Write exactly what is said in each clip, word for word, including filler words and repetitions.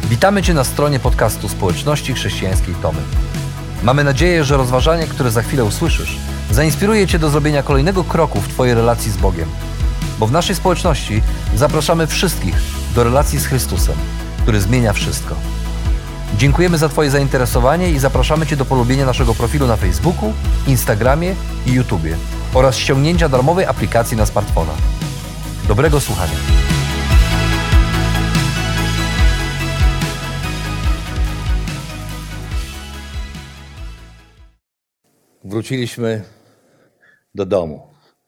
Witamy Cię na stronie podcastu Społeczności Chrześcijańskiej Tomy. Mamy nadzieję, że rozważanie, które za chwilę usłyszysz, zainspiruje Cię do zrobienia kolejnego kroku w Twojej relacji z Bogiem. Bo w naszej społeczności zapraszamy wszystkich do relacji z Chrystusem, który zmienia wszystko. Dziękujemy za Twoje zainteresowanie i zapraszamy Cię do polubienia naszego profilu na Facebooku, Instagramie i YouTubie oraz ściągnięcia darmowej aplikacji na smartfona. Dobrego słuchania. Wróciliśmy do domu.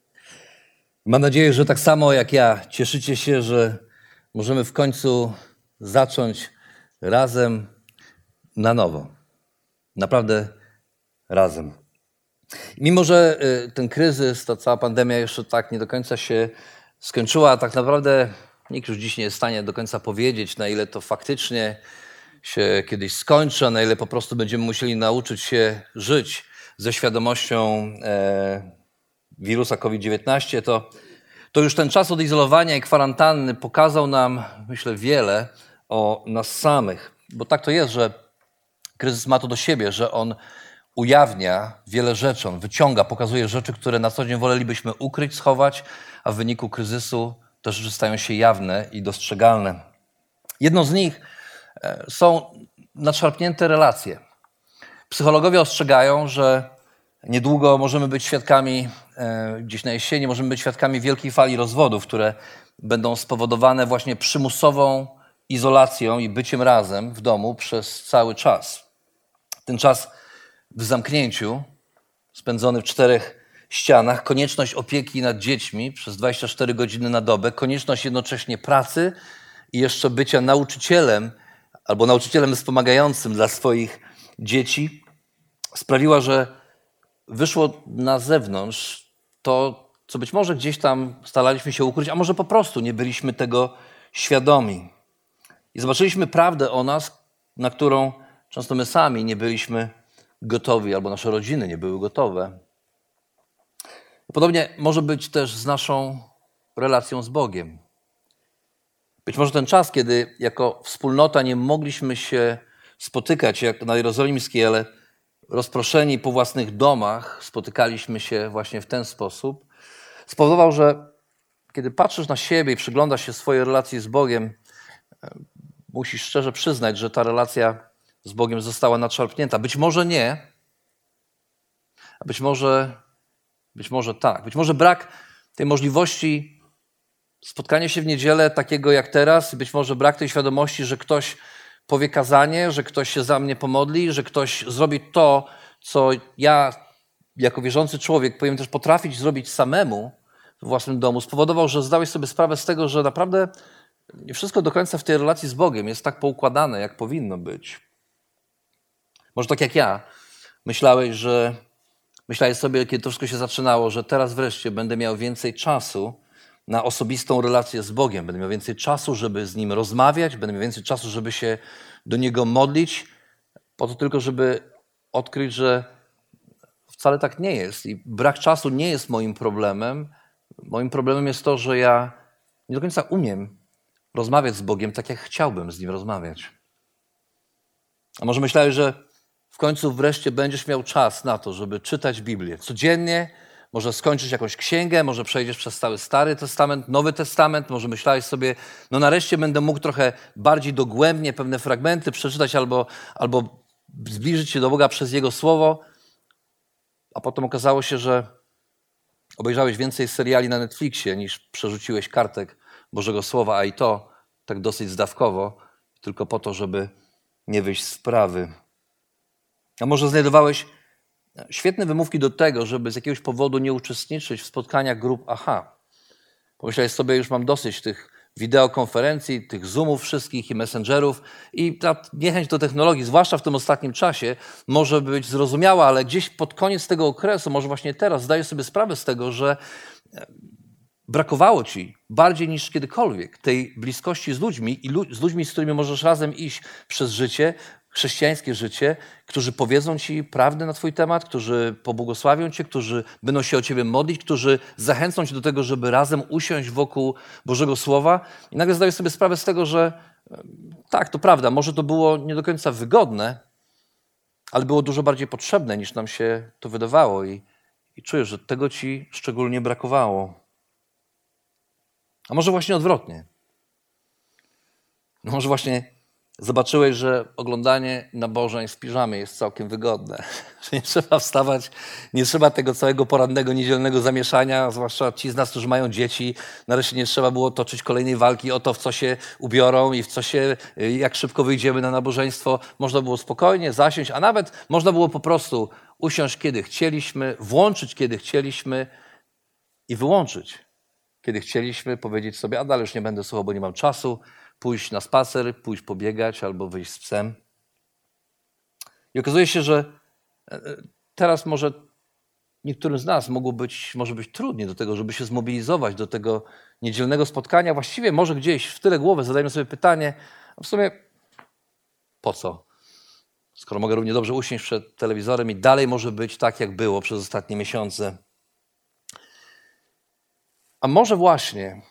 Mam nadzieję, że tak samo jak ja cieszycie się, że możemy w końcu zacząć razem na nowo. Naprawdę razem. Mimo że ten kryzys, ta cała pandemia jeszcze tak nie do końca się skończyła, tak naprawdę nikt już dziś nie jest w stanie do końca powiedzieć, na ile to faktycznie się kiedyś skończy, a na ile po prostu będziemy musieli nauczyć się żyć ze świadomością e, wirusa kowid dziewiętnaście, to, to już ten czas odizolowania i kwarantanny pokazał nam, myślę, wiele o nas samych. Bo tak to jest, że kryzys ma to do siebie, że on ujawnia wiele rzeczy, on wyciąga, pokazuje rzeczy, które na co dzień wolelibyśmy ukryć, schować, a w wyniku kryzysu te rzeczy stają się jawne i dostrzegalne. Jedną z nich są nadszarpnięte relacje. Psychologowie ostrzegają, że niedługo możemy być świadkami, e, gdzieś na jesieni, możemy być świadkami wielkiej fali rozwodów, które będą spowodowane właśnie przymusową izolacją i byciem razem w domu przez cały czas. Ten czas w zamknięciu, spędzony w czterech ścianach, konieczność opieki nad dziećmi przez dwadzieścia cztery godziny na dobę, konieczność jednocześnie pracy i jeszcze bycia nauczycielem albo nauczycielem wspomagającym dla swoich dzieci sprawiła, że wyszło na zewnątrz to, co być może gdzieś tam staraliśmy się ukryć, a może po prostu nie byliśmy tego świadomi. I zobaczyliśmy prawdę o nas, na którą często my sami nie byliśmy gotowi, albo nasze rodziny nie były gotowe. Podobnie może być też z naszą relacją z Bogiem. Być może ten czas, kiedy jako wspólnota nie mogliśmy się spotykać jak na Jerozolimskiej, ale rozproszeni po własnych domach spotykaliśmy się właśnie w ten sposób, spowodował, że kiedy patrzysz na siebie i przyglądasz się swojej relacji z Bogiem, musisz szczerze przyznać, że ta relacja z Bogiem została nadszarpnięta. Być może nie, a być może, być może tak. Być może brak tej możliwości spotkania się w niedzielę takiego jak teraz, być może brak tej świadomości, że ktoś powie kazanie, że ktoś się za mnie pomodli, że ktoś zrobi to, co ja jako wierzący człowiek powinien też potrafić zrobić samemu w własnym domu, spowodował, że zdałeś sobie sprawę z tego, że naprawdę nie wszystko do końca w tej relacji z Bogiem jest tak poukładane, jak powinno być. Może tak jak ja, myślałeś, że myślałeś sobie, kiedy to wszystko się zaczynało, że teraz wreszcie będę miał więcej czasu na osobistą relację z Bogiem. Będę miał więcej czasu, żeby z Nim rozmawiać, będę miał więcej czasu, żeby się do Niego modlić, po to tylko, żeby odkryć, że wcale tak nie jest. I brak czasu nie jest moim problemem. Moim problemem jest to, że ja nie do końca umiem rozmawiać z Bogiem tak, jak chciałbym z Nim rozmawiać. A może myślałeś, że w końcu wreszcie będziesz miał czas na to, żeby czytać Biblię codziennie, może skończysz jakąś księgę, może przejdziesz przez cały Stary Testament, Nowy Testament, może myślałeś sobie, no nareszcie będę mógł trochę bardziej dogłębnie pewne fragmenty przeczytać albo, albo zbliżyć się do Boga przez Jego Słowo, a potem okazało się, że obejrzałeś więcej seriali na Netflixie niż przerzuciłeś kartek Bożego Słowa, a i to tak dosyć zdawkowo, tylko po to, żeby nie wyjść z sprawy. A może znajdowałeś świetne wymówki do tego, żeby z jakiegoś powodu nie uczestniczyć w spotkaniach grup Aha. Pomyślałeś sobie, już mam dosyć tych wideokonferencji, tych Zoomów wszystkich i Messengerów i ta niechęć do technologii, zwłaszcza w tym ostatnim czasie, może być zrozumiała, ale gdzieś pod koniec tego okresu, może właśnie teraz, zdajesz sobie sprawę z tego, że brakowało ci bardziej niż kiedykolwiek tej bliskości z ludźmi i lu- z ludźmi, z którymi możesz razem iść przez życie, chrześcijańskie życie, którzy powiedzą ci prawdę na twój temat, którzy pobłogosławią cię, którzy będą się o ciebie modlić, którzy zachęcą cię do tego, żeby razem usiąść wokół Bożego Słowa. I nagle zdajesz sobie sprawę z tego, że Tak, to prawda, może to było nie do końca wygodne, ale było dużo bardziej potrzebne, niż nam się to wydawało i, i czuję, że tego ci szczególnie brakowało. A może właśnie odwrotnie. No może właśnie zobaczyłeś, że oglądanie nabożeństw w piżamie jest całkiem wygodne. Że nie trzeba wstawać, nie trzeba tego całego porannego, niedzielnego zamieszania, zwłaszcza ci z nas, którzy mają dzieci. Nareszcie nie trzeba było toczyć kolejnej walki o to, w co się ubiorą i w co się, jak szybko wyjdziemy na nabożeństwo. Można było spokojnie zasiąść, a nawet można było po prostu usiąść, kiedy chcieliśmy, włączyć, kiedy chcieliśmy i wyłączyć, kiedy chcieliśmy, powiedzieć sobie, a dalej już nie będę słuchał, bo nie mam czasu, pójść na spacer, pójść pobiegać albo wyjść z psem. I okazuje się, że teraz może niektórym z nas mogło być, może być trudniej do tego, żeby się zmobilizować do tego niedzielnego spotkania. Właściwie może gdzieś w tyle głowy zadajmy sobie pytanie, a w sumie po co? Skoro mogę równie dobrze usiąść przed telewizorem i dalej może być tak, jak było przez ostatnie miesiące. A może właśnie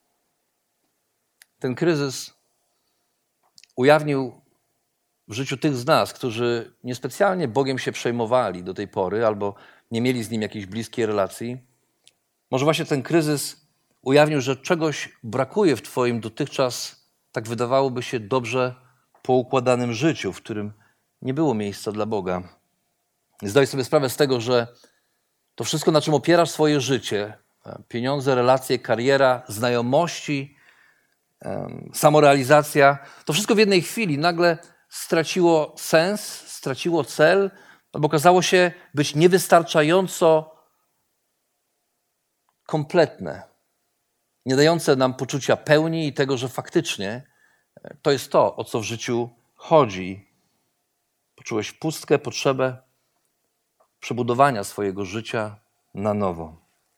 ten kryzys ujawnił w życiu tych z nas, którzy niespecjalnie Bogiem się przejmowali do tej pory albo nie mieli z Nim jakiejś bliskiej relacji. Może właśnie ten kryzys ujawnił, że czegoś brakuje w Twoim dotychczas, tak wydawałoby się, dobrze poukładanym życiu, w którym nie było miejsca dla Boga. Zdaj sobie sprawę z tego, że to wszystko, na czym opierasz swoje życie, pieniądze, relacje, kariera, znajomości, samorealizacja, to wszystko w jednej chwili nagle straciło sens, straciło cel, albo okazało się być niewystarczająco kompletne, nie dające nam poczucia pełni i tego, że faktycznie to jest to, o co w życiu chodzi. Poczułeś pustkę, potrzebę przebudowania swojego życia na nowo.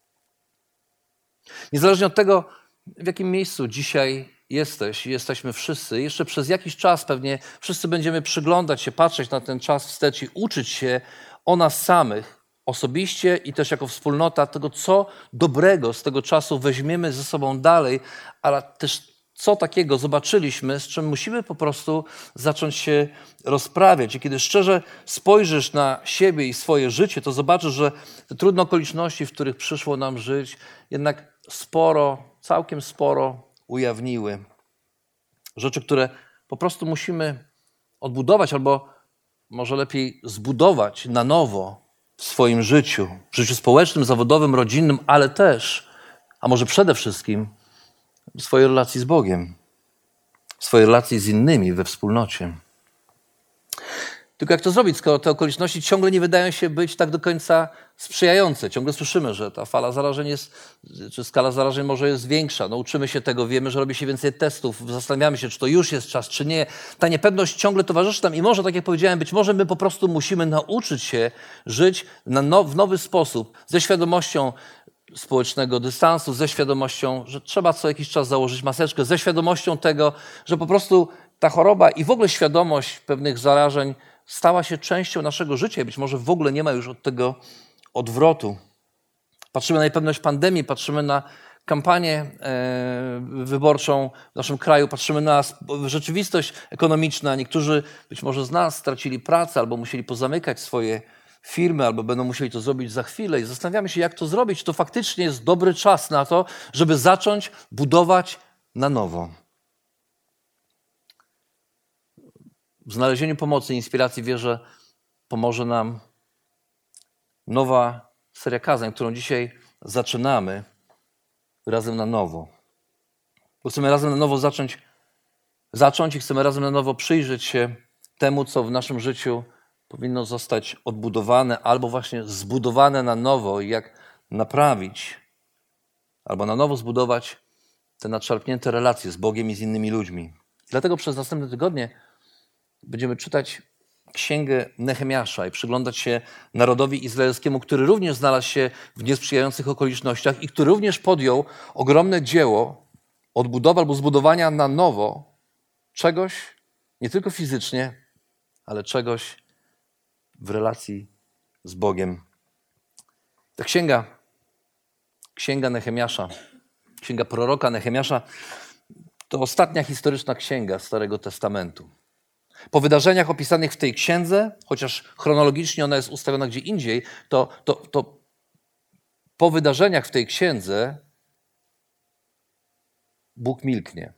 Niezależnie od tego, w jakim miejscu dzisiaj jesteś i jesteśmy wszyscy, jeszcze przez jakiś czas pewnie wszyscy będziemy przyglądać się, patrzeć na ten czas wstecz i uczyć się o nas samych osobiście i też jako wspólnota tego, co dobrego z tego czasu weźmiemy ze sobą dalej, ale też co takiego zobaczyliśmy, z czym musimy po prostu zacząć się rozprawiać. I kiedy szczerze spojrzysz na siebie i swoje życie, to zobaczysz, że te trudne okoliczności, w których przyszło nam żyć, jednak sporo, całkiem sporo ujawniły. Rzeczy, które po prostu musimy odbudować albo może lepiej zbudować na nowo w swoim życiu, w życiu społecznym, zawodowym, rodzinnym, ale też, a może przede wszystkim w swojej relacji z Bogiem, w swojej relacji z innymi we wspólnocie. Tylko jak to zrobić, skoro te okoliczności ciągle nie wydają się być tak do końca sprzyjające. Ciągle słyszymy, że ta fala zarażeń jest, czy skala zarażeń może jest większa. No, uczymy się tego, wiemy, że robi się więcej testów, zastanawiamy się, czy to już jest czas, czy nie. Ta niepewność ciągle towarzyszy nam i może, tak jak powiedziałem, być może my po prostu musimy nauczyć się żyć na now, w nowy sposób, ze świadomością społecznego dystansu, ze świadomością, że trzeba co jakiś czas założyć maseczkę, ze świadomością tego, że po prostu ta choroba i w ogóle świadomość pewnych zarażeń stała się częścią naszego życia i być może w ogóle nie ma już od tego odwrotu. Patrzymy na niepewność pandemii, patrzymy na kampanię wyborczą w naszym kraju, patrzymy na rzeczywistość ekonomiczną. Niektórzy być może z nas stracili pracę albo musieli pozamykać swoje firmy, albo będą musieli to zrobić za chwilę i zastanawiamy się, jak to zrobić. To faktycznie jest dobry czas na to, żeby zacząć budować na nowo. W znalezieniu pomocy i inspiracji wierzę, pomoże nam nowa seria kazań, którą dzisiaj zaczynamy razem na nowo. Bo chcemy razem na nowo zacząć, zacząć i chcemy razem na nowo przyjrzeć się temu, co w naszym życiu powinno zostać odbudowane albo właśnie zbudowane na nowo i jak naprawić albo na nowo zbudować te nadszarpnięte relacje z Bogiem i z innymi ludźmi. Dlatego przez następne tygodnie będziemy czytać Księgę Nehemiasza i przyglądać się narodowi izraelskiemu, który również znalazł się w niesprzyjających okolicznościach i który również podjął ogromne dzieło odbudowy albo zbudowania na nowo czegoś, nie tylko fizycznie, ale czegoś w relacji z Bogiem. Ta księga, księga Nehemiasza, księga proroka Nehemiasza To ostatnia historyczna księga Starego Testamentu. Po wydarzeniach opisanych w tej księdze, chociaż chronologicznie ona jest ustawiona gdzie indziej, to, to, to po wydarzeniach w tej księdze Bóg milknie.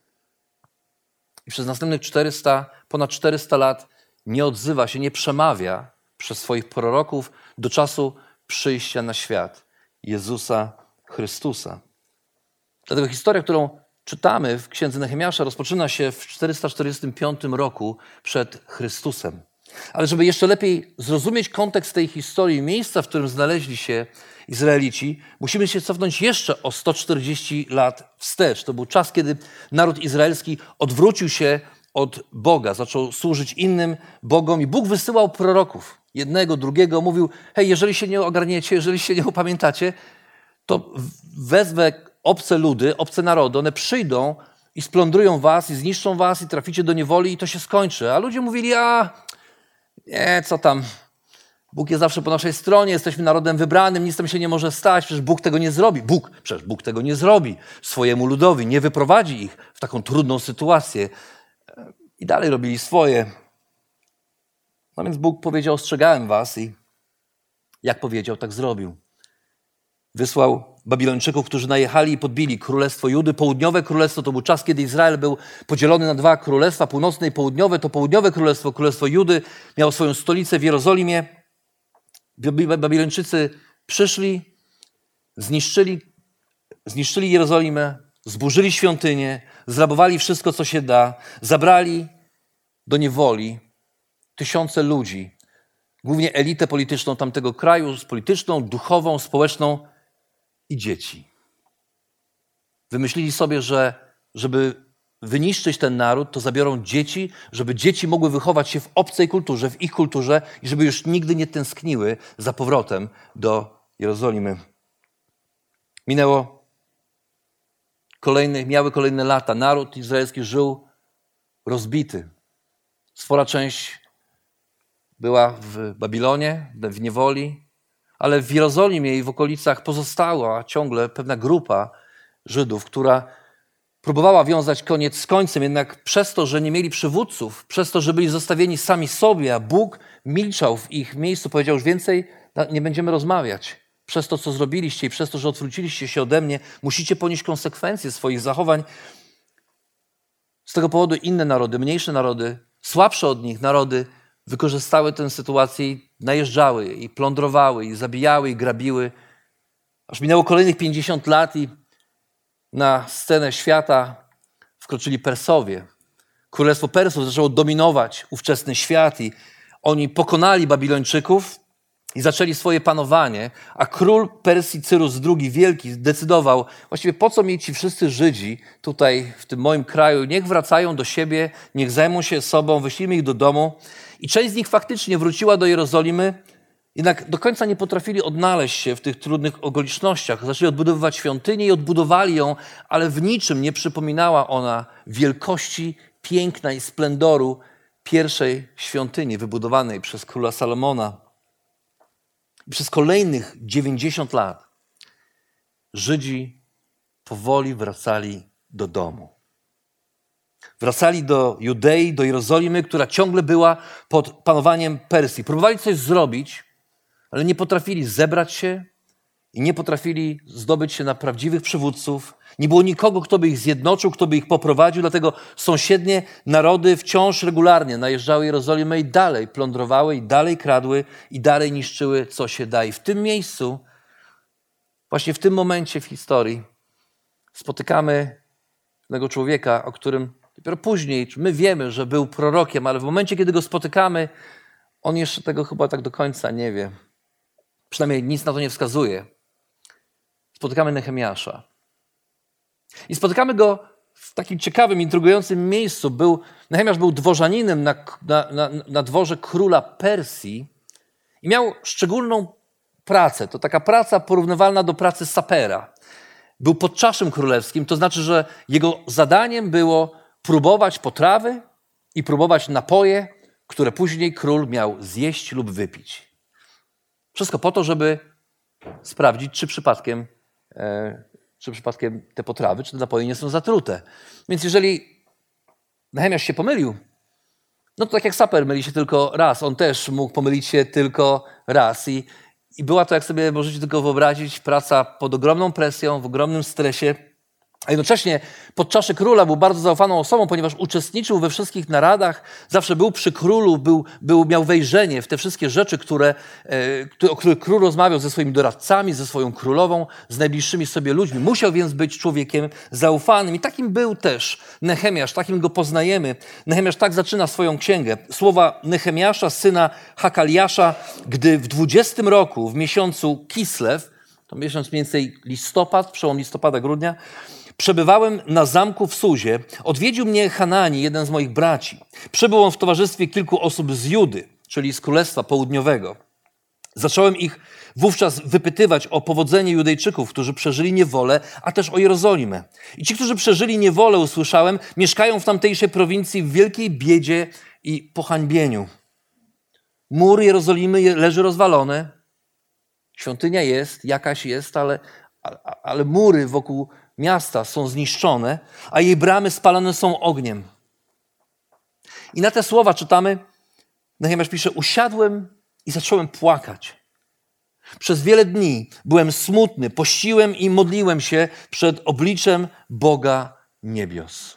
I przez następnych czterysta, ponad czterysta lat nie odzywa się, nie przemawia przez swoich proroków do czasu przyjścia na świat Jezusa Chrystusa. Dlatego historia, którą czytamy w księdze Nehemiasza, rozpoczyna się w czterysta czterdziestym piątym roku przed Chrystusem. Ale żeby jeszcze lepiej zrozumieć kontekst tej historii, miejsca, w którym znaleźli się Izraelici, musimy się cofnąć jeszcze o sto czterdzieści lat wstecz. To był czas, kiedy naród izraelski odwrócił się od Boga, zaczął służyć innym bogom i Bóg wysyłał proroków. Jednego, drugiego, mówił: hej, jeżeli się nie ogarniecie, jeżeli się nie upamiętacie, to wezwę obce ludy, obce narody, one przyjdą i splądrują was i zniszczą was i traficie do niewoli i to się skończy. A ludzie mówili: a nie, co tam, Bóg jest zawsze po naszej stronie, jesteśmy narodem wybranym, nic tam się nie może stać, przecież Bóg tego nie zrobi. Bóg, przecież Bóg tego nie zrobi swojemu ludowi, nie wyprowadzi ich w taką trudną sytuację. I dalej robili swoje. No więc Bóg powiedział: ostrzegałem was, i jak powiedział, tak zrobił. Wysłał Babilończyków, którzy najechali i podbili królestwo Judy. Południowe królestwo to był czas, kiedy Izrael był podzielony na dwa królestwa, północne i południowe. To południowe królestwo, królestwo Judy, miało swoją stolicę w Jerozolimie. Babilończycy przyszli, zniszczyli, zniszczyli Jerozolimę, zburzyli świątynię, zrabowali wszystko, co się da, zabrali do niewoli tysiące ludzi, głównie elitę polityczną tamtego kraju, polityczną, duchową, społeczną i dzieci. Wymyślili sobie, że żeby wyniszczyć ten naród, to zabiorą dzieci, żeby dzieci mogły wychować się w obcej kulturze, w ich kulturze i żeby już nigdy nie tęskniły za powrotem do Jerozolimy. Minęło kolejne, miały kolejne lata. Naród izraelski żył rozbity. Spora część była w Babilonie, w niewoli, ale w Jerozolimie i w okolicach pozostała ciągle pewna grupa Żydów, która próbowała wiązać koniec z końcem, jednak przez to, że nie mieli przywódców, przez to, że byli zostawieni sami sobie, a Bóg milczał w ich miejscu, powiedział: już więcej nie będziemy rozmawiać. Przez to, co zrobiliście i przez to, że odwróciliście się ode mnie, musicie ponieść konsekwencje swoich zachowań. Z tego powodu inne narody, mniejsze narody, słabsze od nich narody wykorzystały tę sytuację i najeżdżały, i plądrowały, i zabijały, i grabiły. Aż minęło kolejnych pięćdziesiąt lat i na scenę świata wkroczyli Persowie. Królestwo Persów zaczęło dominować ówczesny świat i oni pokonali Babilończyków i zaczęli swoje panowanie, a król Persji Cyrus drugi Wielki zdecydował: właściwie po co mi ci wszyscy Żydzi tutaj w tym moim kraju, niech wracają do siebie, niech zajmą się sobą, wyślijmy ich do domu. I część z nich faktycznie wróciła do Jerozolimy, jednak do końca nie potrafili odnaleźć się w tych trudnych okolicznościach. Zaczęli odbudowywać świątynię i odbudowali ją, ale w niczym nie przypominała ona wielkości, piękna i splendoru pierwszej świątyni wybudowanej przez króla Salomona. I przez kolejnych dziewięćdziesiąt lat Żydzi powoli wracali do domu. Wracali do Judei, do Jerozolimy, która ciągle była pod panowaniem Persji. Próbowali coś zrobić, ale nie potrafili zebrać się i nie potrafili zdobyć się na prawdziwych przywódców. Nie było nikogo, kto by ich zjednoczył, kto by ich poprowadził, dlatego sąsiednie narody wciąż regularnie najeżdżały Jerozolimę i dalej plądrowały, i dalej kradły, i dalej niszczyły, co się da. I w tym miejscu, właśnie w tym momencie w historii spotykamy pewnego człowieka, o którym dopiero później my wiemy, że był prorokiem, ale w momencie, kiedy go spotykamy, on jeszcze tego chyba tak do końca nie wie. Przynajmniej nic na to nie wskazuje. Spotykamy Nehemiasza. I spotykamy go w takim ciekawym, intrygującym miejscu. Był, Nehemiasz był dworzaninem na, na, na, na dworze króla Persji i miał szczególną pracę. To taka praca porównywalna do pracy sapera. Był podczaszym królewskim, to znaczy, że jego zadaniem było próbować potrawy i próbować napoje, które później król miał zjeść lub wypić. Wszystko po to, żeby sprawdzić, czy przypadkiem, e, czy przypadkiem te potrawy, czy te napoje nie są zatrute. Więc jeżeli Nehemiasz się pomylił, no to tak jak saper myli się tylko raz. On też mógł pomylić się tylko raz. I, i była to, jak sobie możecie tylko wyobrazić, praca pod ogromną presją, w ogromnym stresie. A jednocześnie pod czaszy króla był bardzo zaufaną osobą, ponieważ uczestniczył we wszystkich naradach, zawsze był przy królu, był, był, miał wejrzenie w te wszystkie rzeczy, które, e, o których król rozmawiał ze swoimi doradcami, ze swoją królową, z najbliższymi sobie ludźmi. Musiał więc być człowiekiem zaufanym. I takim był też Nehemiasz, takim go poznajemy. Nehemiasz tak zaczyna swoją księgę. Słowa Nehemiasza, syna Hakaliasza, gdy w dwudziestym roku, w miesiącu Kislew, to miesiąc mniej więcej listopad, przełom listopada, grudnia, przebywałem na zamku w Suzie. Odwiedził mnie Hanani, jeden z moich braci. Przybył on w towarzystwie kilku osób z Judy, czyli z Królestwa Południowego. Zacząłem ich wówczas wypytywać o powodzenie Judejczyków, którzy przeżyli niewolę, a też o Jerozolimę. I ci, którzy przeżyli niewolę, usłyszałem, mieszkają w tamtejszej prowincji w wielkiej biedzie i pohańbieniu. Mur Jerozolimy leży rozwalony. Świątynia jest, jakaś jest, ale, ale mury wokół miasta są zniszczone, a jej bramy spalone są ogniem. I na te słowa czytamy, Nehemiasz pisze, usiadłem i zacząłem płakać. Przez wiele dni byłem smutny, pościłem i modliłem się przed obliczem Boga niebios.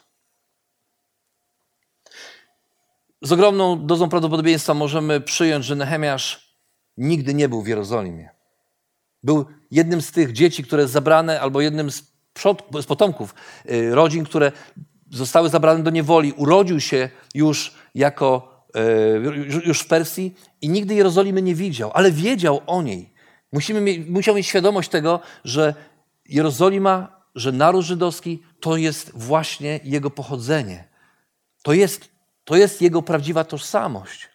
Z ogromną dozą prawdopodobieństwa możemy przyjąć, że Nehemiasz nigdy nie był w Jerozolimie. Był jednym z tych dzieci, które zabrane, albo jednym z, przod, z potomków y, rodzin, które zostały zabrane do niewoli. Urodził się już jako y, już w Persji i nigdy Jerozolimy nie widział, ale wiedział o niej. Musimy mieć, musiał mieć świadomość tego, że Jerozolima, że naród żydowski to jest właśnie jego pochodzenie. To jest, to jest jego prawdziwa tożsamość.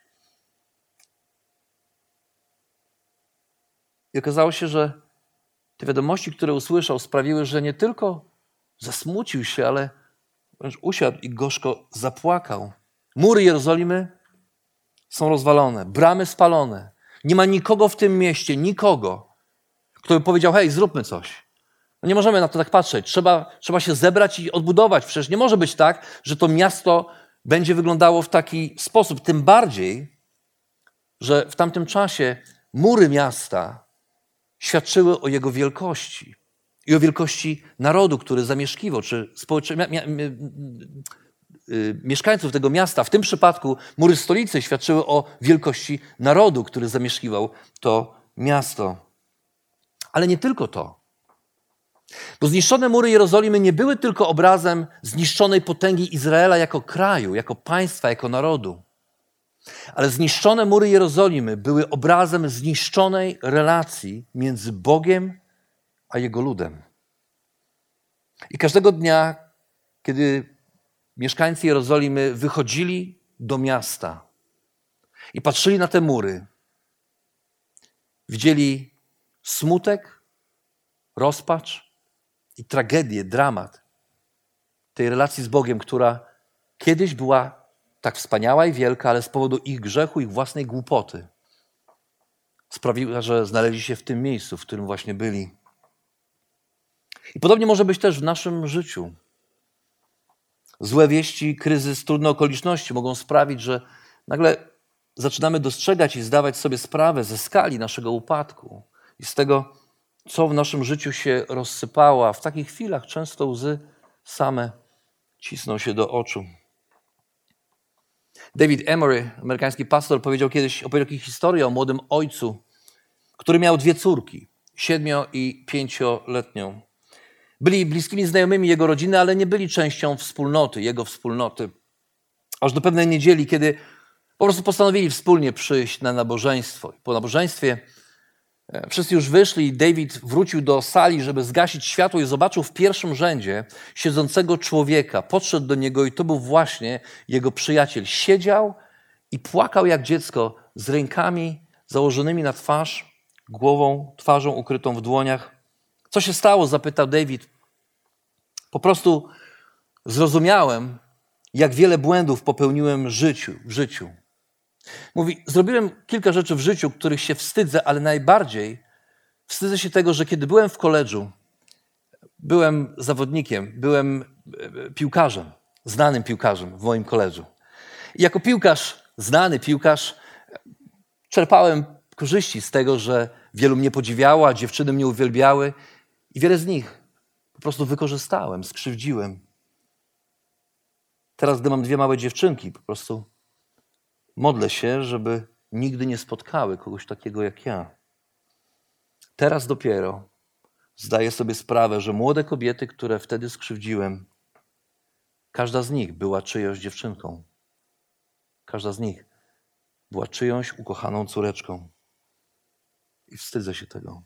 I okazało się, że te wiadomości, które usłyszał, sprawiły, że nie tylko zasmucił się, ale wręcz usiadł i gorzko zapłakał. Mury Jerozolimy są rozwalone, bramy spalone. Nie ma nikogo w tym mieście, nikogo, kto by powiedział, hej, zróbmy coś. No nie możemy na to tak patrzeć. Trzeba, trzeba się zebrać i odbudować. Przecież nie może być tak, że to miasto będzie wyglądało w taki sposób. Tym bardziej, że w tamtym czasie mury miasta świadczyły o jego wielkości i o wielkości narodu, który zamieszkiwał, czy społecze... mia... Mia... mieszkańców tego miasta. W tym przypadku mury stolicy świadczyły o wielkości narodu, który zamieszkiwał to miasto. Ale nie tylko to. Bo zniszczone mury Jerozolimy nie były tylko obrazem zniszczonej potęgi Izraela jako kraju, jako państwa, jako narodu. Ale zniszczone mury Jerozolimy były obrazem zniszczonej relacji między Bogiem a Jego ludem. I każdego dnia, kiedy mieszkańcy Jerozolimy wychodzili do miasta i patrzyli na te mury, widzieli smutek, rozpacz i tragedię, dramat tej relacji z Bogiem, która kiedyś była tak wspaniała i wielka, ale z powodu ich grzechu, ich własnej głupoty sprawiła, że znaleźli się w tym miejscu, w którym właśnie byli. I podobnie może być też w naszym życiu. Złe wieści, kryzys, trudne okoliczności mogą sprawić, że nagle zaczynamy dostrzegać i zdawać sobie sprawę ze skali naszego upadku i z tego, co w naszym życiu się rozsypało. A w takich chwilach często łzy same cisną się do oczu. David Emory, amerykański pastor, powiedział kiedyś, opowiedział historię o młodym ojcu, który miał dwie córki, siedmio- i pięcioletnią. Byli bliskimi znajomymi jego rodziny, ale nie byli częścią wspólnoty, jego wspólnoty. Aż do pewnej niedzieli, kiedy po prostu postanowili wspólnie przyjść na nabożeństwo. Po nabożeństwie wszyscy już wyszli i David wrócił do sali, żeby zgasić światło i zobaczył w pierwszym rzędzie siedzącego człowieka. Podszedł do niego i to był właśnie jego przyjaciel. Siedział i płakał jak dziecko z rękami założonymi na twarz, głową, twarzą ukrytą w dłoniach. Co się stało? Zapytał David. Po prostu zrozumiałem, jak wiele błędów popełniłem w życiu. W życiu. Mówi, zrobiłem kilka rzeczy w życiu, których się wstydzę, ale najbardziej wstydzę się tego, że kiedy byłem w koledżu, byłem zawodnikiem, byłem piłkarzem, znanym piłkarzem w moim koledżu. I jako piłkarz, znany piłkarz, czerpałem korzyści z tego, że wielu mnie podziwiało, a dziewczyny mnie uwielbiały i wiele z nich po prostu wykorzystałem, skrzywdziłem. Teraz, gdy mam dwie małe dziewczynki, po prostu modlę się, żeby nigdy nie spotkały kogoś takiego jak ja. Teraz dopiero zdaję sobie sprawę, że młode kobiety, które wtedy skrzywdziłem, każda z nich była czyjąś dziewczynką. Każda z nich była czyjąś ukochaną córeczką. I wstydzę się tego.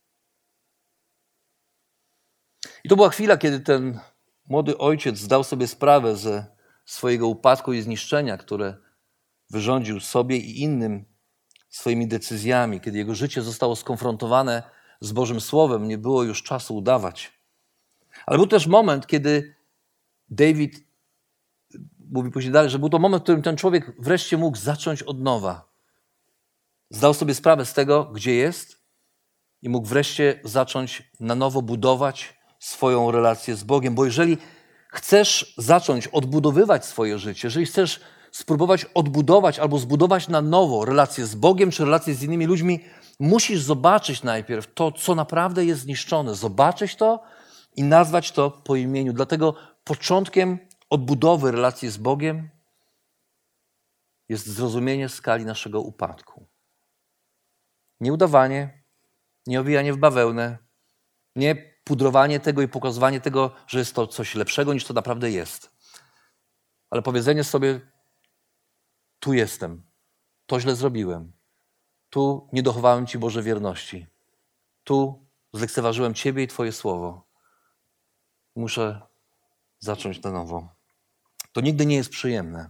I to była chwila, kiedy ten młody ojciec zdał sobie sprawę ze swojego upadku i zniszczenia, które wyrządził sobie i innym swoimi decyzjami. Kiedy jego życie zostało skonfrontowane z Bożym Słowem, nie było już czasu udawać. Ale był też moment, kiedy David, mówi później dalej, że był to moment, w którym ten człowiek wreszcie mógł zacząć od nowa. Zdał sobie sprawę z tego, gdzie jest i mógł wreszcie zacząć na nowo budować swoją relację z Bogiem. Bo jeżeli chcesz zacząć odbudowywać swoje życie, jeżeli chcesz spróbować odbudować albo zbudować na nowo relacje z Bogiem czy relacje z innymi ludźmi, musisz zobaczyć najpierw to, co naprawdę jest zniszczone. Zobaczyć to i nazwać to po imieniu. Dlatego początkiem odbudowy relacji z Bogiem jest zrozumienie skali naszego upadku. Nie udawanie, nie owijanie w bawełnę, nie pudrowanie tego i pokazywanie tego, że jest to coś lepszego niż to naprawdę jest. Ale powiedzenie sobie, tu jestem, to źle zrobiłem, tu nie dochowałem Ci, Boże, wierności, tu zlekceważyłem Ciebie i Twoje słowo. Muszę zacząć na nowo. To nigdy nie jest przyjemne.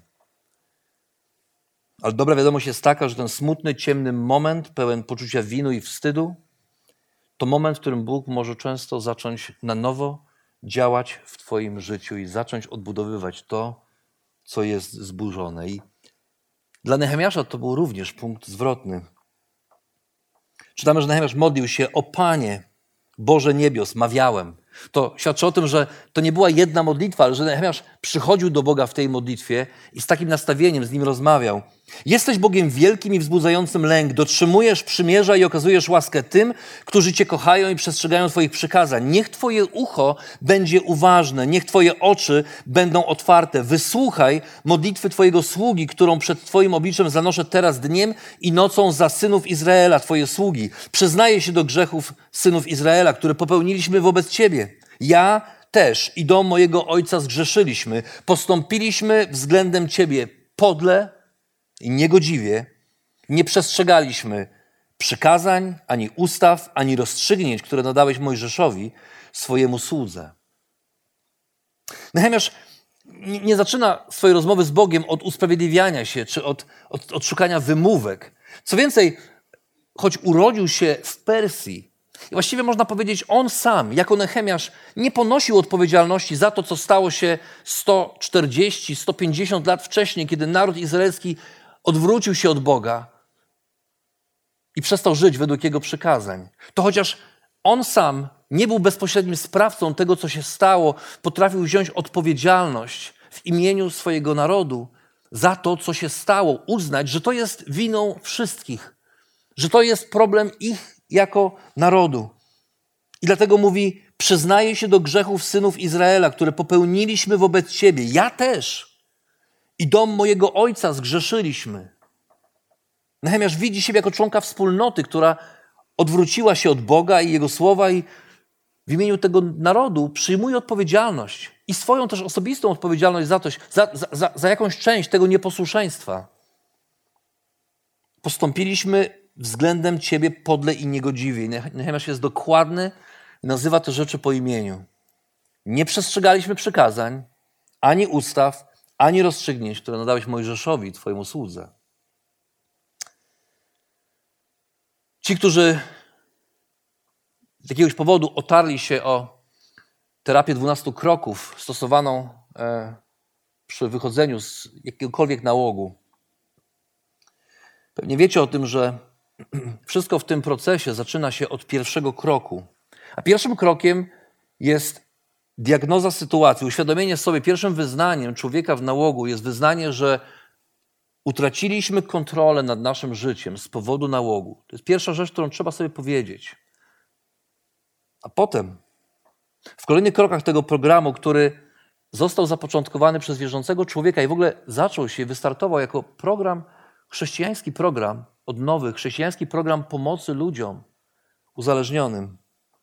Ale dobra wiadomość jest taka, że ten smutny, ciemny moment, pełen poczucia winy i wstydu, to moment, w którym Bóg może często zacząć na nowo działać w Twoim życiu i zacząć odbudowywać to, co jest zburzone. I dla Nehemiasza to był również punkt zwrotny. Czytamy, że Nehemiasz modlił się: o Panie, Boże niebios, mawiałem. To świadczy o tym, że to nie była jedna modlitwa, ale że Nehemiasz przychodził do Boga w tej modlitwie i z takim nastawieniem z Nim rozmawiał. Jesteś Bogiem wielkim i wzbudzającym lęk. Dotrzymujesz przymierza i okazujesz łaskę tym, którzy Cię kochają i przestrzegają Twoich przykazań. Niech Twoje ucho będzie uważne, niech Twoje oczy będą otwarte. Wysłuchaj modlitwy Twojego sługi, którą przed Twoim obliczem zanoszę teraz dniem i nocą za synów Izraela, Twoje sługi. Przyznaję się do grzechów synów Izraela, które popełniliśmy wobec Ciebie. Ja też i dom mojego ojca zgrzeszyliśmy, postąpiliśmy względem Ciebie podle i niegodziwie, nie przestrzegaliśmy przykazań, ani ustaw, ani rozstrzygnięć, które nadałeś Mojżeszowi, swojemu słudze. Nehemiasz nie zaczyna swojej rozmowy z Bogiem od usprawiedliwiania się, czy od, od, od szukania wymówek. Co więcej, choć urodził się w Persji, i właściwie można powiedzieć, on sam, jako Nehemiasz, nie ponosił odpowiedzialności za to, co stało się sto czterdzieści, sto pięćdziesiąt lat wcześniej, kiedy naród izraelski odwrócił się od Boga i przestał żyć według Jego przykazań. To chociaż on sam nie był bezpośrednim sprawcą tego, co się stało, potrafił wziąć odpowiedzialność w imieniu swojego narodu za to, co się stało, uznać, że to jest winą wszystkich, że to jest problem ich jako narodu. I dlatego mówi: przyznaję się do grzechów synów Izraela, które popełniliśmy wobec Ciebie. Ja też i dom mojego ojca zgrzeszyliśmy. Nehemiasz widzi siebie jako członka wspólnoty, która odwróciła się od Boga i Jego słowa i w imieniu tego narodu przyjmuje odpowiedzialność i swoją też osobistą odpowiedzialność za, to, za, za, za jakąś część tego nieposłuszeństwa. Postąpiliśmy względem Ciebie podle i niegodziwie. Nehemiasz jest dokładny i nazywa te rzeczy po imieniu. Nie przestrzegaliśmy przykazań, ani ustaw, ani rozstrzygnięć, które nadałeś Mojżeszowi, Twojemu słudze. Ci, którzy z jakiegoś powodu otarli się o terapię dwunastu kroków stosowaną e, przy wychodzeniu z jakiegokolwiek nałogu, pewnie wiecie o tym, że wszystko w tym procesie zaczyna się od pierwszego kroku. A pierwszym krokiem jest diagnoza sytuacji, uświadomienie sobie, pierwszym wyznaniem człowieka w nałogu jest wyznanie, że utraciliśmy kontrolę nad naszym życiem z powodu nałogu. To jest pierwsza rzecz, którą trzeba sobie powiedzieć. A potem w kolejnych krokach tego programu, który został zapoczątkowany przez wierzącego człowieka i w ogóle zaczął się, wystartował jako program, chrześcijański program odnowy, chrześcijański program pomocy ludziom uzależnionym.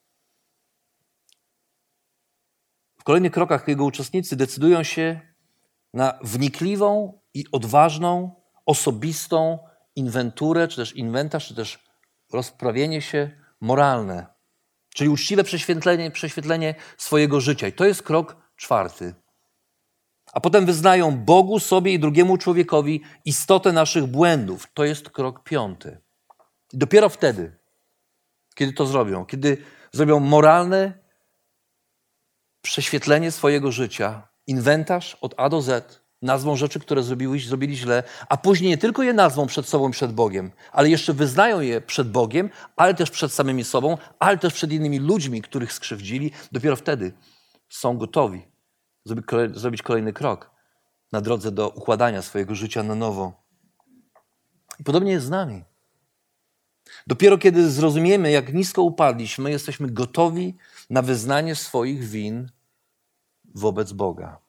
W kolejnych krokach jego uczestnicy decydują się na wnikliwą i odważną, osobistą inwenturę, czy też inwentarz, czy też rozprawienie się moralne, czyli uczciwe prześwietlenie, prześwietlenie swojego życia. I to jest krok czwarty. A potem wyznają Bogu, sobie i drugiemu człowiekowi istotę naszych błędów. To jest krok piąty. I dopiero wtedy, kiedy to zrobią, kiedy zrobią moralne prześwietlenie swojego życia, inwentarz od A do Z, nazwą rzeczy, które zrobili, zrobili źle, a później nie tylko je nazwą przed sobą i przed Bogiem, ale jeszcze wyznają je przed Bogiem, ale też przed samymi sobą, ale też przed innymi ludźmi, których skrzywdzili. Dopiero wtedy są gotowi zrobić kolejny krok na drodze do układania swojego życia na nowo. I podobnie jest z nami. Dopiero kiedy zrozumiemy, jak nisko upadliśmy, jesteśmy gotowi na wyznanie swoich win wobec Boga.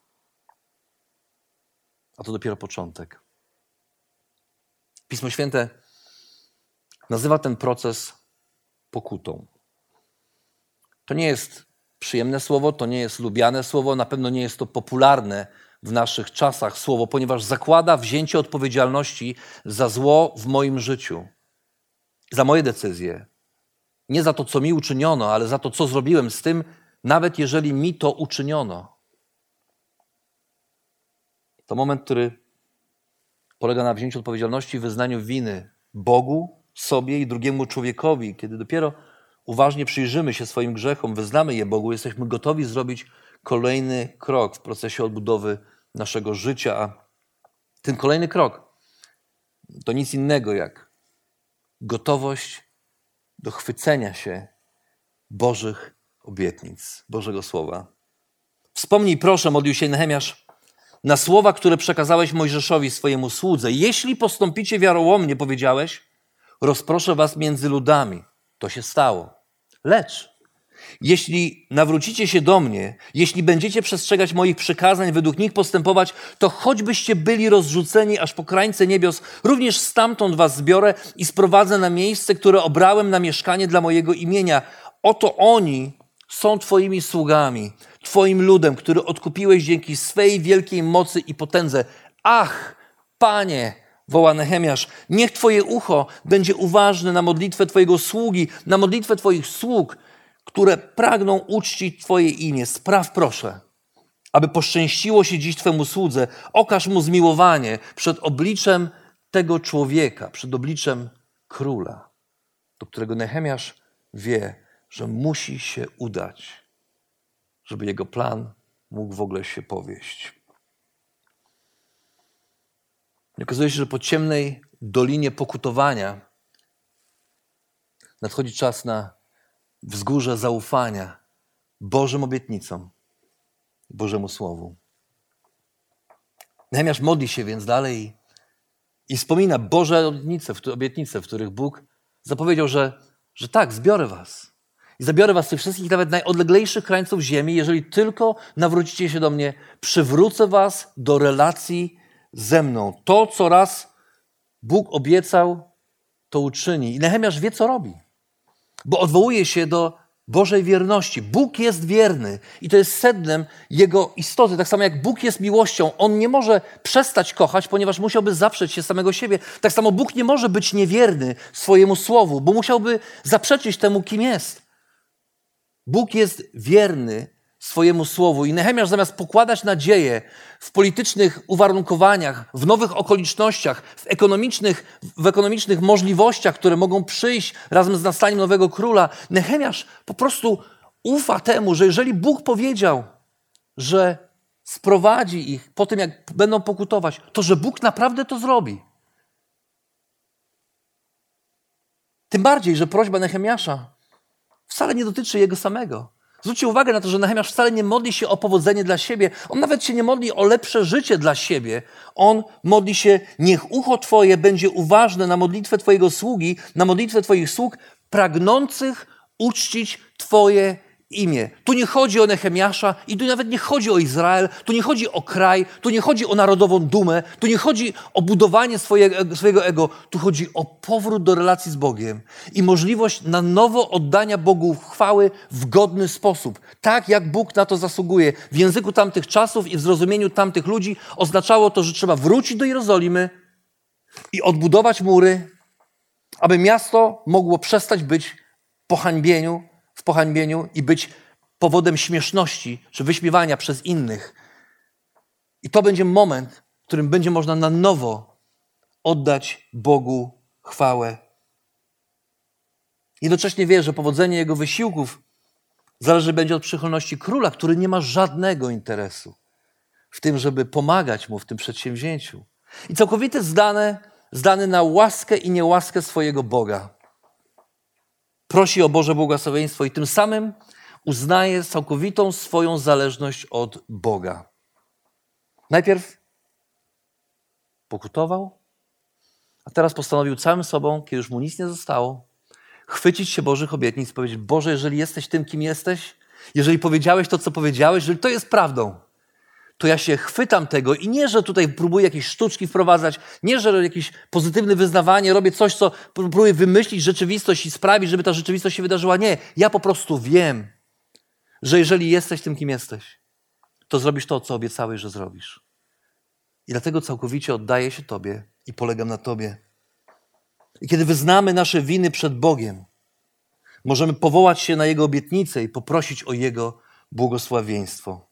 A to dopiero początek. Pismo Święte nazywa ten proces pokutą. To nie jest przyjemne słowo, to nie jest lubiane słowo, na pewno nie jest to popularne w naszych czasach słowo, ponieważ zakłada wzięcie odpowiedzialności za zło w moim życiu, za moje decyzje. Nie za to, co mi uczyniono, ale za to, co zrobiłem z tym, nawet jeżeli mi to uczyniono. To moment, który polega na wzięciu odpowiedzialności i wyznaniu winy Bogu, sobie i drugiemu człowiekowi. Kiedy dopiero uważnie przyjrzymy się swoim grzechom, wyznamy je Bogu, jesteśmy gotowi zrobić kolejny krok w procesie odbudowy naszego życia. A ten kolejny krok to nic innego jak gotowość do chwycenia się Bożych obietnic, Bożego Słowa. Wspomnij proszę, modlił się Nehemiasz, na słowa, które przekazałeś Mojżeszowi, swojemu słudze. Jeśli postąpicie wiarołomnie, powiedziałeś, rozproszę was między ludami. To się stało. Lecz jeśli nawrócicie się do mnie, jeśli będziecie przestrzegać moich przykazań, według nich postępować, to choćbyście byli rozrzuceni aż po krańce niebios, również stamtąd was zbiorę i sprowadzę na miejsce, które obrałem na mieszkanie dla mojego imienia. Oto oni są twoimi sługami, twoim ludem, który odkupiłeś dzięki swej wielkiej mocy i potędze. Ach, Panie, woła Nehemiasz, niech twoje ucho będzie uważne na modlitwę twojego sługi, na modlitwę twoich sług, które pragną uczcić twoje imię. Spraw proszę, aby poszczęściło się dziś twemu słudze. Okaż mu zmiłowanie przed obliczem tego człowieka, przed obliczem króla, do którego Nehemiasz wie, że musi się udać, żeby jego plan mógł w ogóle się powieść. I okazuje się, że po ciemnej dolinie pokutowania nadchodzi czas na wzgórze zaufania Bożym obietnicom, Bożemu Słowu. Nehemiasz modli się więc dalej i wspomina Boże obietnice, obietnice, w których Bóg zapowiedział, że, że tak, zbiorę was. I zabiorę was z tych wszystkich, nawet najodleglejszych krańców ziemi, jeżeli tylko nawrócicie się do mnie, przywrócę was do relacji ze mną. To, co raz Bóg obiecał, to uczyni. I Nehemiasz wie, co robi, bo odwołuje się do Bożej wierności. Bóg jest wierny i to jest sednem Jego istoty. Tak samo jak Bóg jest miłością, On nie może przestać kochać, ponieważ musiałby zaprzeć się samego siebie. Tak samo Bóg nie może być niewierny swojemu słowu, bo musiałby zaprzeczyć temu, kim jest. Bóg jest wierny swojemu słowu i Nehemiasz zamiast pokładać nadzieję w politycznych uwarunkowaniach, w nowych okolicznościach, w ekonomicznych, w ekonomicznych możliwościach, które mogą przyjść razem z nastaniem nowego króla, Nehemiasz po prostu ufa temu, że jeżeli Bóg powiedział, że sprowadzi ich po tym, jak będą pokutować, to że Bóg naprawdę to zrobi. Tym bardziej, że prośba Nehemiasza wcale nie dotyczy jego samego. Zwróćcie uwagę na to, że Nehemiasz wcale nie modli się o powodzenie dla siebie. On nawet się nie modli o lepsze życie dla siebie. On modli się, niech ucho Twoje będzie uważne na modlitwę Twojego sługi, na modlitwę Twoich sług, pragnących uczcić Twoje imię. Tu nie chodzi o Nehemiasza i tu nawet nie chodzi o Izrael, tu nie chodzi o kraj, tu nie chodzi o narodową dumę, tu nie chodzi o budowanie swojego, swojego ego, tu chodzi o powrót do relacji z Bogiem i możliwość na nowo oddania Bogu chwały w godny sposób. Tak, jak Bóg na to zasługuje. W języku tamtych czasów i w zrozumieniu tamtych ludzi oznaczało to, że trzeba wrócić do Jerozolimy i odbudować mury, aby miasto mogło przestać być pohańbieniu, w pohańbieniu i być powodem śmieszności czy wyśmiewania przez innych. I to będzie moment, w którym będzie można na nowo oddać Bogu chwałę. Jednocześnie wie, że powodzenie jego wysiłków zależy będzie od przychylności króla, który nie ma żadnego interesu w tym, żeby pomagać mu w tym przedsięwzięciu. I całkowicie zdane, zdany na łaskę i niełaskę swojego Boga. Prosi o Boże błogosławieństwo i tym samym uznaje całkowitą swoją zależność od Boga. Najpierw pokutował, a teraz postanowił całym sobą, kiedy już mu nic nie zostało, chwycić się Bożych obietnic i powiedzieć: Boże, jeżeli jesteś tym, kim jesteś, jeżeli powiedziałeś to, co powiedziałeś, jeżeli to jest prawdą, to ja się chwytam tego i nie, że tutaj próbuję jakieś sztuczki wprowadzać, nie, że jakieś pozytywne wyznawanie, robię coś, co próbuję wymyślić rzeczywistość i sprawić, żeby ta rzeczywistość się wydarzyła. Nie, ja po prostu wiem, że jeżeli jesteś tym, kim jesteś, to zrobisz to, co obiecałeś, że zrobisz. I dlatego całkowicie oddaję się Tobie i polegam na Tobie. I kiedy wyznamy nasze winy przed Bogiem, możemy powołać się na Jego obietnicę i poprosić o Jego błogosławieństwo.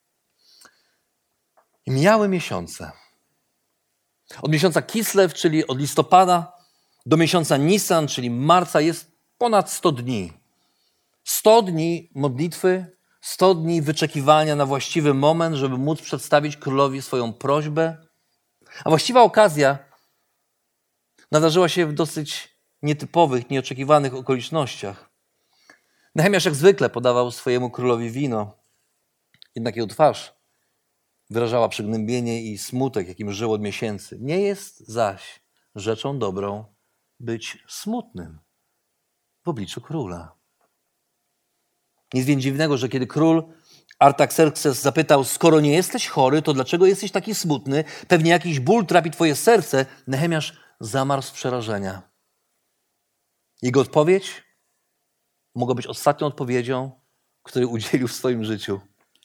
I mijały miesiące. Od miesiąca Kislew, czyli od listopada, do miesiąca Nisan, czyli marca, jest ponad sto dni. sto dni modlitwy, sto dni wyczekiwania na właściwy moment, żeby móc przedstawić królowi swoją prośbę. A właściwa okazja nadarzyła się w dosyć nietypowych, nieoczekiwanych okolicznościach. Nehemiasz jak zwykle podawał swojemu królowi wino, jednak jego twarz wyrażała przygnębienie i smutek, jakim żył od miesięcy. Nie jest zaś rzeczą dobrą być smutnym w obliczu króla. Nic więc dziwnego, że kiedy król Artaxerxes zapytał: skoro nie jesteś chory, to dlaczego jesteś taki smutny? Pewnie jakiś ból trapi twoje serce. Nehemiasz zamarł z przerażenia. Jego odpowiedź mogła być ostatnią odpowiedzią, której udzielił w swoim życiu.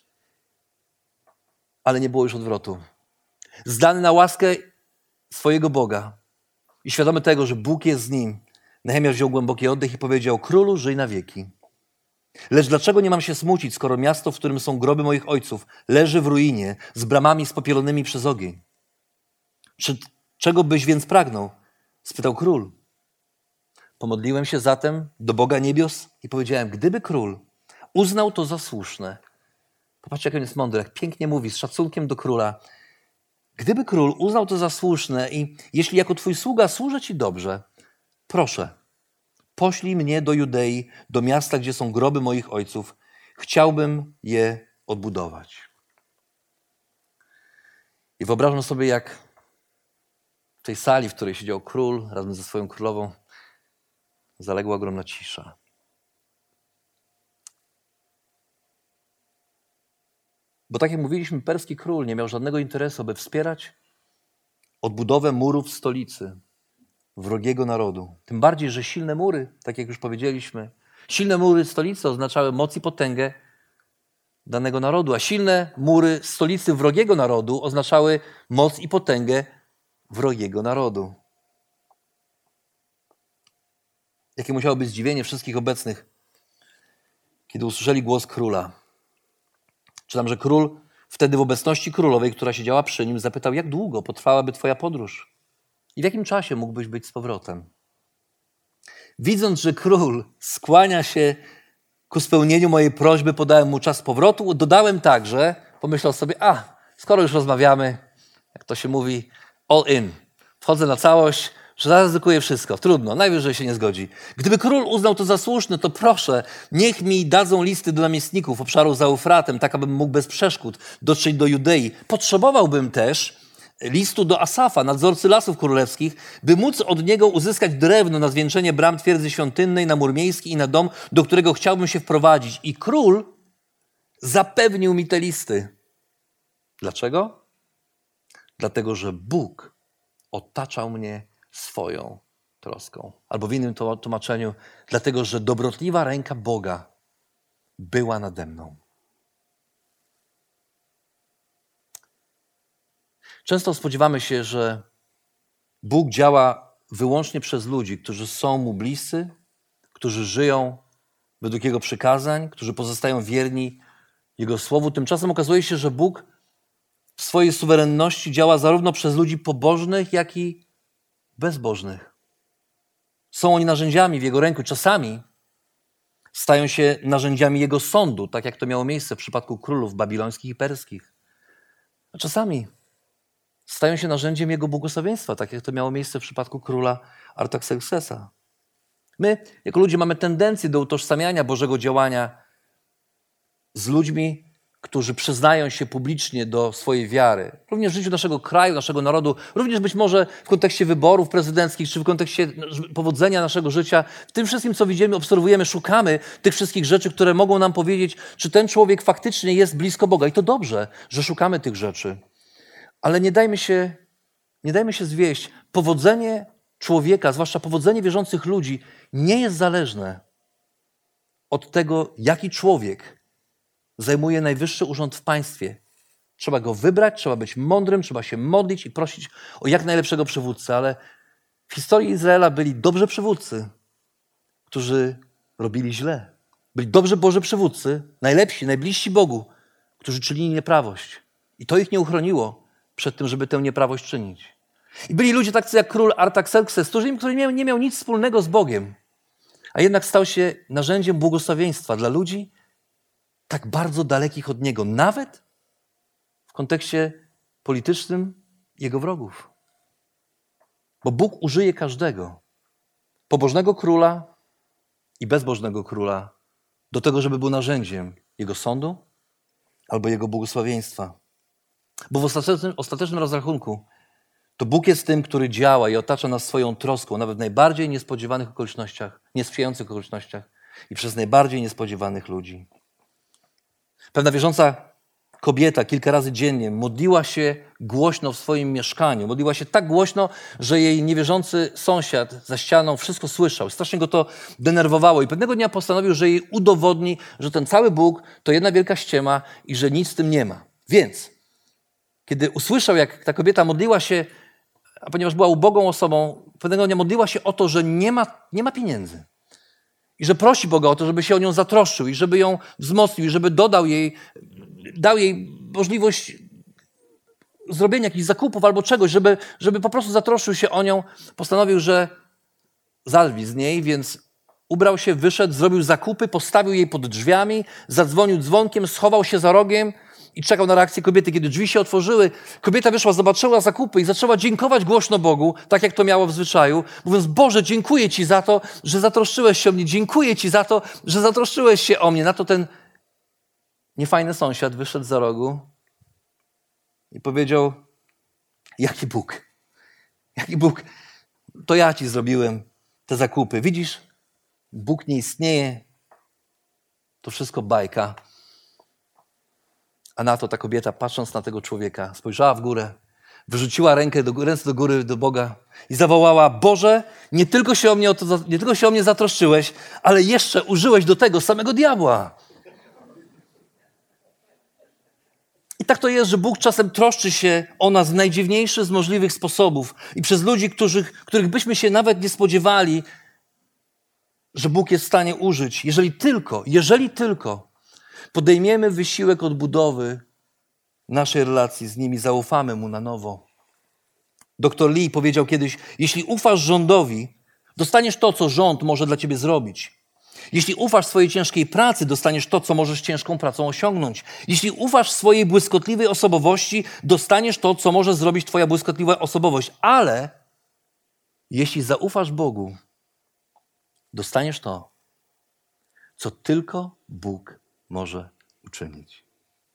Ale nie było już odwrotu. Zdany na łaskę swojego Boga i świadomy tego, że Bóg jest z nim, Nehemiasz wziął głęboki oddech i powiedział: królu, żyj na wieki. Lecz dlaczego nie mam się smucić, skoro miasto, w którym są groby moich ojców, leży w ruinie, z bramami spopielonymi przez ogień? Czy, czego byś więc pragnął? Spytał król. Pomodliłem się zatem do Boga niebios i powiedziałem: gdyby król uznał to za słuszne. Popatrzcie, jak on jest mądry, jak pięknie mówi, z szacunkiem do króla. Gdyby król uznał to za słuszne i jeśli jako twój sługa służę ci dobrze, proszę, poślij mnie do Judei, do miasta, gdzie są groby moich ojców. Chciałbym je odbudować. I wyobrażam sobie, jak w tej sali, w której siedział król razem ze swoją królową, zaległa ogromna cisza. Bo tak jak mówiliśmy, perski król nie miał żadnego interesu, by wspierać odbudowę murów stolicy wrogiego narodu. Tym bardziej, że silne mury, tak jak już powiedzieliśmy, silne mury stolicy oznaczały moc i potęgę danego narodu, a silne mury stolicy wrogiego narodu oznaczały moc i potęgę wrogiego narodu. Jakie musiało być zdziwienie wszystkich obecnych, kiedy usłyszeli głos króla. Czytam, że król wtedy w obecności królowej, która siedziała przy nim, zapytał: jak długo potrwałaby twoja podróż? I w jakim czasie mógłbyś być z powrotem? Widząc, że król skłania się ku spełnieniu mojej prośby, podałem mu czas powrotu. Dodałem także, pomyślał sobie: a, skoro już rozmawiamy, jak to się mówi, all in. Wchodzę na całość, że zaryzykuje wszystko. Trudno, najwyżej się nie zgodzi. Gdyby król uznał to za słuszne, to proszę, niech mi dadzą listy do namiestników obszaru za Eufratem, tak abym mógł bez przeszkód dotrzeć do Judei. Potrzebowałbym też listu do Asafa, nadzorcy lasów królewskich, by móc od niego uzyskać drewno na zwieńczenie bram twierdzy świątynnej, na mur miejski i na dom, do którego chciałbym się wprowadzić. I król zapewnił mi te listy. Dlaczego? Dlatego, że Bóg otaczał mnie swoją troską. Albo w innym tłumaczeniu, dlatego, że dobrotliwa ręka Boga była nade mną. Często spodziewamy się, że Bóg działa wyłącznie przez ludzi, którzy są Mu bliscy, którzy żyją według Jego przykazań, którzy pozostają wierni Jego słowu. Tymczasem okazuje się, że Bóg w swojej suwerenności działa zarówno przez ludzi pobożnych, jak i bezbożnych. Są oni narzędziami w Jego ręku. Czasami stają się narzędziami Jego sądu, tak jak to miało miejsce w przypadku królów babilońskich i perskich. A czasami stają się narzędziem Jego błogosławieństwa, tak jak to miało miejsce w przypadku króla Artaxerxesa. My, jako ludzie, mamy tendencję do utożsamiania Bożego działania z ludźmi, którzy przyznają się publicznie do swojej wiary. Również w życiu naszego kraju, naszego narodu, również być może w kontekście wyborów prezydenckich, czy w kontekście powodzenia naszego życia. W tym wszystkim, co widzimy, obserwujemy, szukamy tych wszystkich rzeczy, które mogą nam powiedzieć, czy ten człowiek faktycznie jest blisko Boga. I to dobrze, że szukamy tych rzeczy. Ale nie dajmy się, nie dajmy się zwieść. Powodzenie człowieka, zwłaszcza powodzenie wierzących ludzi, nie jest zależne od tego, jaki człowiek zajmuje najwyższy urząd w państwie. Trzeba go wybrać, trzeba być mądrym, trzeba się modlić i prosić o jak najlepszego przywódcę. Ale w historii Izraela byli dobrzy przywódcy, którzy robili źle. Byli dobrzy Boży przywódcy, najlepsi, najbliżsi Bogu, którzy czynili nieprawość. I to ich nie uchroniło przed tym, żeby tę nieprawość czynić. I byli ludzie tacy jak król Artaxerxes, który, który nie, nie miał nic wspólnego z Bogiem, a jednak stał się narzędziem błogosławieństwa dla ludzi tak bardzo dalekich od Niego, nawet w kontekście politycznym Jego wrogów. Bo Bóg użyje każdego, pobożnego króla i bezbożnego króla, do tego, żeby był narzędziem Jego sądu albo Jego błogosławieństwa. Bo w ostatecznym, ostatecznym rozrachunku to Bóg jest tym, który działa i otacza nas swoją troską, nawet w najbardziej niespodziewanych okolicznościach, niesprzyjających okolicznościach i przez najbardziej niespodziewanych ludzi. Pewna wierząca kobieta kilka razy dziennie modliła się głośno w swoim mieszkaniu. Modliła się tak głośno, że jej niewierzący sąsiad za ścianą wszystko słyszał. Strasznie go to denerwowało i pewnego dnia postanowił, że jej udowodni, że ten cały Bóg to jedna wielka ściema i że nic z tym nie ma. Więc kiedy usłyszał, jak ta kobieta modliła się, a ponieważ była ubogą osobą, pewnego dnia modliła się o to, że nie ma, nie ma pieniędzy. I że prosi Boga o to, żeby się o nią zatroszczył i żeby ją wzmocnił i żeby dodał jej, dał jej możliwość zrobienia jakichś zakupów albo czegoś, żeby, żeby po prostu zatroszczył się o nią. Postanowił, że zalwi z niej, więc ubrał się, wyszedł, zrobił zakupy, postawił jej pod drzwiami, zadzwonił dzwonkiem, schował się za rogiem i czekał na reakcję kobiety. Kiedy drzwi się otworzyły, kobieta wyszła, zobaczyła zakupy i zaczęła dziękować głośno Bogu, tak jak to miało w zwyczaju, mówiąc: Boże, dziękuję Ci za to, że zatroszczyłeś się o mnie, dziękuję Ci za to, że zatroszczyłeś się o mnie. Na to ten niefajny sąsiad wyszedł za rogu i powiedział: jaki Bóg, jaki Bóg, to ja Ci zrobiłem te zakupy. Widzisz, Bóg nie istnieje, to wszystko bajka. A na to ta kobieta, patrząc na tego człowieka, spojrzała w górę, wyrzuciła rękę do, ręce do góry do Boga i zawołała: Boże, nie tylko się o mnie, nie tylko się o mnie zatroszczyłeś, ale jeszcze użyłeś do tego samego diabła. I tak to jest, że Bóg czasem troszczy się o nas w najdziwniejszy z możliwych sposobów i przez ludzi, których, których byśmy się nawet nie spodziewali, że Bóg jest w stanie użyć, jeżeli tylko, jeżeli tylko podejmiemy wysiłek odbudowy naszej relacji z nimi, zaufamy Mu na nowo. Doktor Lee powiedział kiedyś: jeśli ufasz rządowi, dostaniesz to, co rząd może dla ciebie zrobić. Jeśli ufasz swojej ciężkiej pracy, dostaniesz to, co możesz ciężką pracą osiągnąć. Jeśli ufasz swojej błyskotliwej osobowości, dostaniesz to, co może zrobić twoja błyskotliwa osobowość. Ale Jeśli zaufasz Bogu, dostaniesz to, co tylko Bóg może uczynić.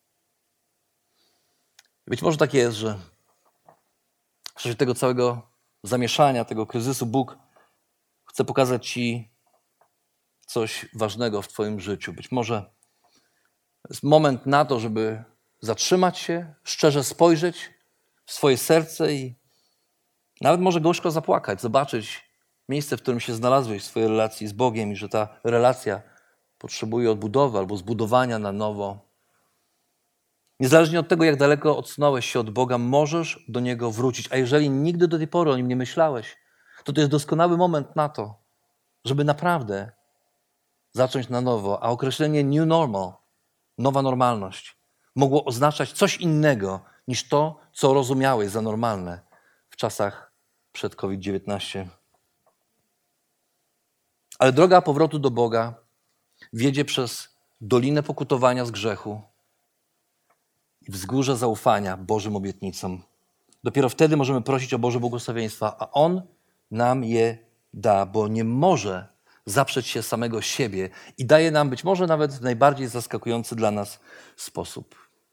Być może tak jest, że w czasie tego całego zamieszania, tego kryzysu Bóg chce pokazać Ci coś ważnego w Twoim życiu. Być może to jest moment na to, żeby zatrzymać się, szczerze spojrzeć w swoje serce i nawet może gorzko zapłakać, zobaczyć miejsce, w którym się znalazłeś w swojej relacji z Bogiem i że ta relacja potrzebuje odbudowy albo zbudowania na nowo. Niezależnie od tego, jak daleko odsunąłeś się od Boga, możesz do Niego wrócić. A jeżeli nigdy do tej pory o Nim nie myślałeś, to to jest doskonały moment na to, żeby naprawdę zacząć na nowo. A określenie new normal, nowa normalność, mogło oznaczać coś innego niż to, co rozumiałeś za normalne w czasach przed COVID dziewiętnaście. Ale droga powrotu do Boga wiedzie przez dolinę pokutowania z grzechu i wzgórze zaufania Bożym obietnicom. Dopiero wtedy możemy prosić o Boże błogosławieństwa, a On nam je da, bo nie może zaprzeć się samego siebie i daje nam być może nawet w najbardziej zaskakujący dla nas sposób.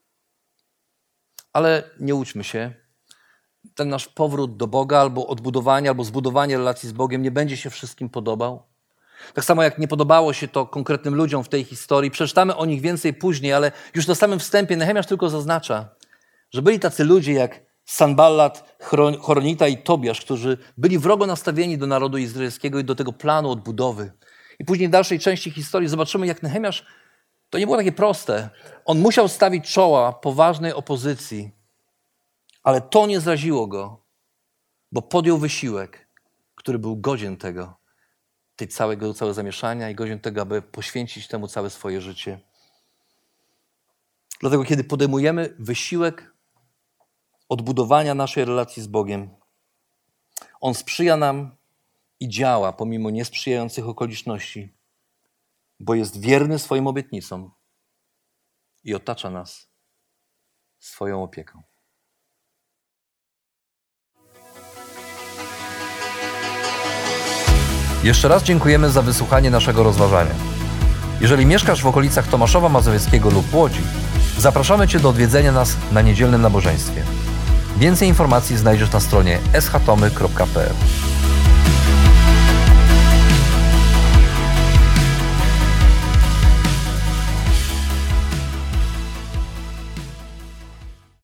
Ale nie łudźmy się, ten nasz powrót do Boga albo odbudowanie, albo zbudowanie relacji z Bogiem nie będzie się wszystkim podobał. Tak samo jak nie podobało się to konkretnym ludziom w tej historii. Przeczytamy o nich więcej później, ale już na samym wstępie Nehemiasz tylko zaznacza, że byli tacy ludzie jak Sanballat, Horonita i Tobiasz, którzy byli wrogo nastawieni do narodu izraelskiego i do tego planu odbudowy. I później w dalszej części historii zobaczymy, jak Nehemiasz, to nie było takie proste. On musiał stawić czoła poważnej opozycji, ale to nie zraziło go, bo podjął wysiłek, który był godzien tego, tej całego, całego zamieszania i godzien tego, aby poświęcić temu całe swoje życie. Dlatego, kiedy podejmujemy wysiłek odbudowania naszej relacji z Bogiem, On sprzyja nam i działa pomimo niesprzyjających okoliczności, bo jest wierny swoim obietnicom i otacza nas swoją opieką. Jeszcze raz dziękujemy za wysłuchanie naszego rozważania. Jeżeli mieszkasz w okolicach Tomaszowa Mazowieckiego lub Łodzi, zapraszamy Cię do odwiedzenia nas na niedzielnym nabożeństwie. Więcej informacji znajdziesz na stronie s h tomy kropka p l.